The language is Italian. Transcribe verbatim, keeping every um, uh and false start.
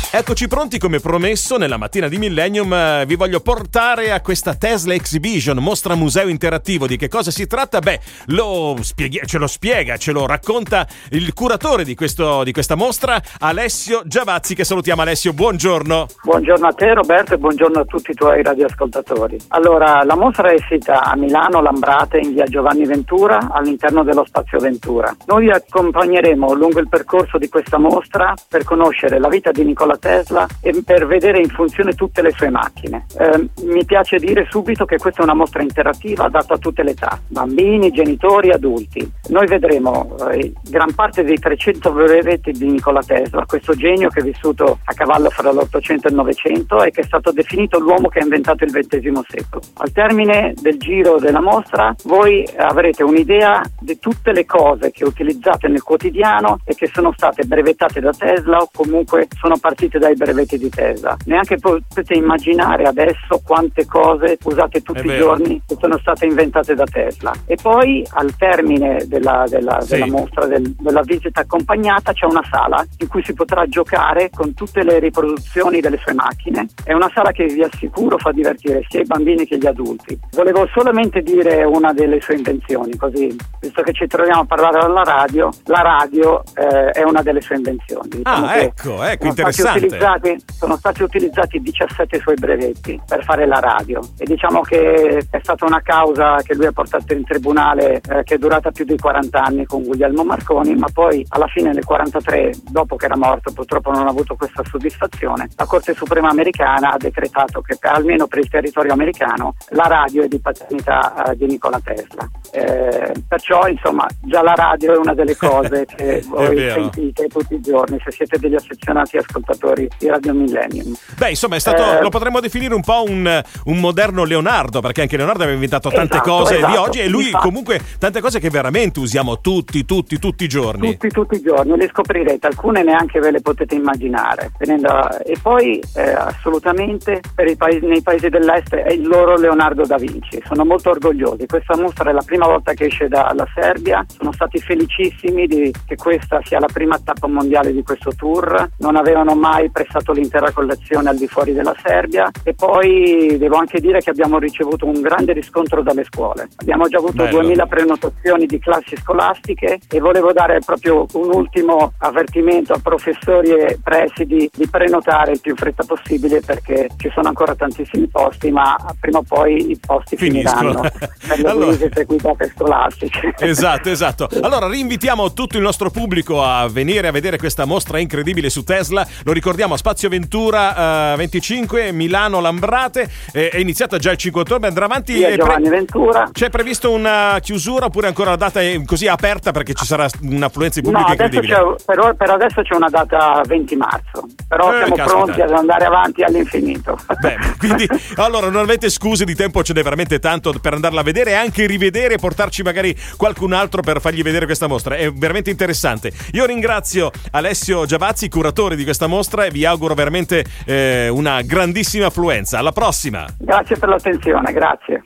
Eccoci pronti come promesso nella mattina di Millennium. Eh, vi voglio portare a questa Tesla Exhibition, mostra museo interattivo. Di che cosa si tratta? Beh, lo spieghi- ce lo spiega, ce lo racconta il curatore di, questo, di questa mostra, Alessio Giavazzi, che salutiamo. Alessio, buongiorno. Buongiorno a te Roberto e buongiorno a tutti i tuoi radioascoltatori. Allora, la mostra è sita a Milano Lambrate in via Giovanni Ventura all'interno dello Spazio Ventura. Noi vi accompagneremo lungo il percorso di questa mostra per conoscere la vita di Nikola Tesla e per vedere in funzione tutte le sue macchine. Eh, mi piace dire subito che questa è una mostra interattiva adatta a tutte le età, bambini, genitori, adulti. Noi vedremo eh, gran parte dei trecento brevetti di Nikola Tesla, questo genio che è vissuto a cavallo fra l'Ottocento e il Novecento e che è stato definito l'uomo che ha inventato il ventesimo secolo. Al termine del giro della mostra voi avrete un'idea di tutte le cose che utilizzate nel quotidiano e che sono state brevettate da Tesla o comunque sono partite dai brevetti di Tesla. Neanche potete immaginare adesso quante cose usate tutti i giorni che sono state inventate da Tesla. E poi al termine della, della, sì. della mostra, del, della visita accompagnata, c'è una sala in cui si potrà giocare con tutte le riproduzioni delle sue macchine. È una sala che vi assicuro fa divertire sia i bambini che gli adulti. Volevo solamente dire una delle sue invenzioni, così, visto che ci troviamo a parlare alla radio, la radio eh, è una delle sue invenzioni. Diciamo ah, ecco, ecco, interessante. Utilizzati, sono stati utilizzati diciassette suoi brevetti per fare la radio e diciamo che è stata una causa che lui ha portato in tribunale eh, che è durata più di quaranta anni con Guglielmo Marconi, ma poi alla fine nel quarantatré, dopo che era morto, purtroppo non ha avuto questa soddisfazione, la Corte Suprema americana ha decretato che per, almeno per il territorio americano la radio è di paternità eh, di Nikola Tesla. Eh, perciò insomma già la radio è una delle cose che voi sentite tutti i giorni se siete degli affezionati ascoltatori di Radio Millennium. Beh, insomma, è stato, eh, lo potremmo definire un po' un, un moderno Leonardo, perché anche Leonardo aveva inventato tante esatto, cose esatto, di oggi e lui infatti, comunque tante cose che veramente usiamo tutti, tutti, tutti i giorni. Tutti, tutti i giorni, le scoprirete, alcune neanche ve le potete immaginare. Venendo, e poi eh, assolutamente per i paesi, nei paesi dell'est è il loro Leonardo da Vinci, sono molto orgogliosi. Questa mostra è la prima volta che esce dalla Serbia, sono stati felicissimi di che questa sia la prima tappa mondiale di questo tour, non avevano mai prestato l'intera collezione al di fuori della Serbia e poi devo anche dire che abbiamo ricevuto un grande riscontro dalle scuole. Abbiamo già avuto Bello. duemila prenotazioni di classi scolastiche e volevo dare proprio un ultimo avvertimento a professori e presidi di prenotare il più in fretta possibile perché ci sono ancora tantissimi posti, ma prima o poi i posti Finiscono. finiranno per le allora... visite guidate scolastiche. Esatto, esatto. Allora rinvitiamo tutto il nostro pubblico a venire a vedere questa mostra incredibile su Tesla. Lo ricordiamo a Spazio Ventura uh, venticinque, Milano Lambrate, eh, è iniziata già il cinque ottobre, andrà avanti. Via Giovanni pre- Ventura. C'è previsto una chiusura oppure ancora la data è così aperta perché ci sarà un'affluenza di pubblico no, incredibile? C'è, per, per adesso c'è una data venti marzo, però eh, siamo caspita. pronti ad andare avanti all'infinito. Beh, quindi allora non avete scuse, di tempo ce n'è veramente tanto per andarla a vedere e anche rivedere e portarci magari qualcun altro per fargli vedere questa mostra, è veramente interessante. Io ringrazio Alessio Giavazzi, curatore di questa mostra, e vi auguro veramente eh, una grandissima affluenza. Alla prossima. Grazie per l'attenzione, grazie.